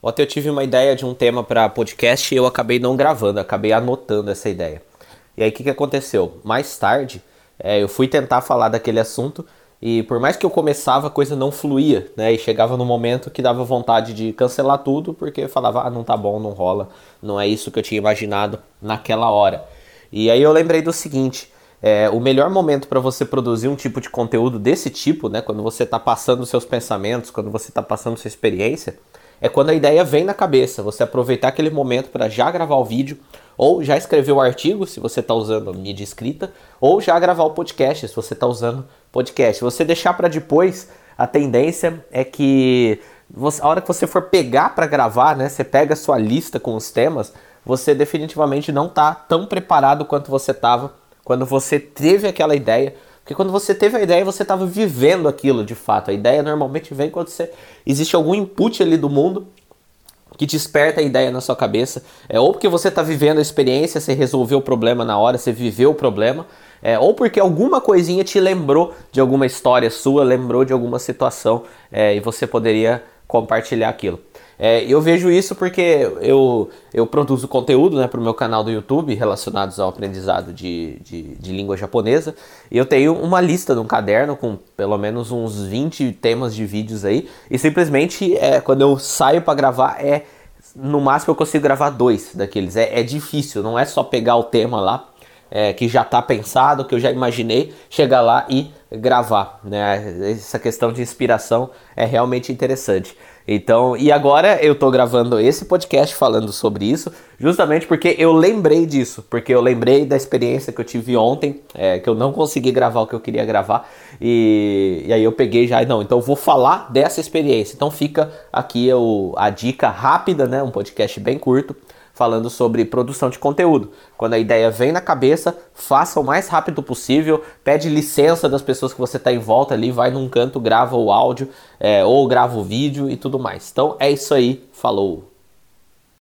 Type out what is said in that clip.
Ontem eu tive uma ideia de um tema para podcast e eu acabei não gravando, acabei anotando essa ideia. E aí o que aconteceu? Mais tarde, eu fui tentar falar daquele assunto e por mais que eu começava, a coisa não fluía, né? E chegava no momento que dava vontade de cancelar tudo, porque eu falava, não tá bom, não rola, não é isso que eu tinha imaginado naquela hora. E aí eu lembrei do seguinte, o melhor momento para você produzir um tipo de conteúdo desse tipo, né? Quando você está passando os seus pensamentos, quando você está passando sua experiência, é quando a ideia vem na cabeça, você aproveitar aquele momento para já gravar o vídeo, ou já escrever o artigo, se você está usando mídia escrita, ou já gravar o podcast, se você está usando podcast. Você deixar para depois, a tendência é que a hora que você for pegar para gravar, né, você pega a sua lista com os temas, você definitivamente não está tão preparado quanto você estava quando você teve aquela ideia. Porque quando você teve a ideia, você estava vivendo aquilo de fato. A ideia normalmente vem quando existe algum input ali do mundo que desperta a ideia na sua cabeça. Ou porque você está vivendo a experiência, você resolveu o problema na hora, você viveu o problema. Ou porque alguma coisinha te lembrou de alguma história sua, lembrou de alguma situação e você poderia compartilhar aquilo. Eu vejo isso porque eu produzo conteúdo, né, para o meu canal do YouTube relacionados ao aprendizado de língua japonesa. E eu tenho uma lista num caderno com pelo menos uns 20 temas de vídeos aí. E simplesmente quando eu saio para gravar, no máximo eu consigo gravar 2 daqueles. É difícil, não é só pegar o tema lá que já está pensado, que eu já imaginei, chegar lá e gravar, né? Essa questão de inspiração é realmente interessante. Então, e agora eu tô gravando esse podcast falando sobre isso, justamente porque eu lembrei disso, porque eu lembrei da experiência que eu tive ontem, que eu não consegui gravar o que eu queria gravar, e aí eu peguei já, então eu vou falar dessa experiência. Então fica aqui a dica rápida, né? Um podcast bem curto, falando sobre produção de conteúdo. Quando a ideia vem na cabeça, faça o mais rápido possível, pede licença das pessoas que você está em volta ali, vai num canto, grava o áudio ou grava o vídeo e tudo mais. Então é isso aí, falou!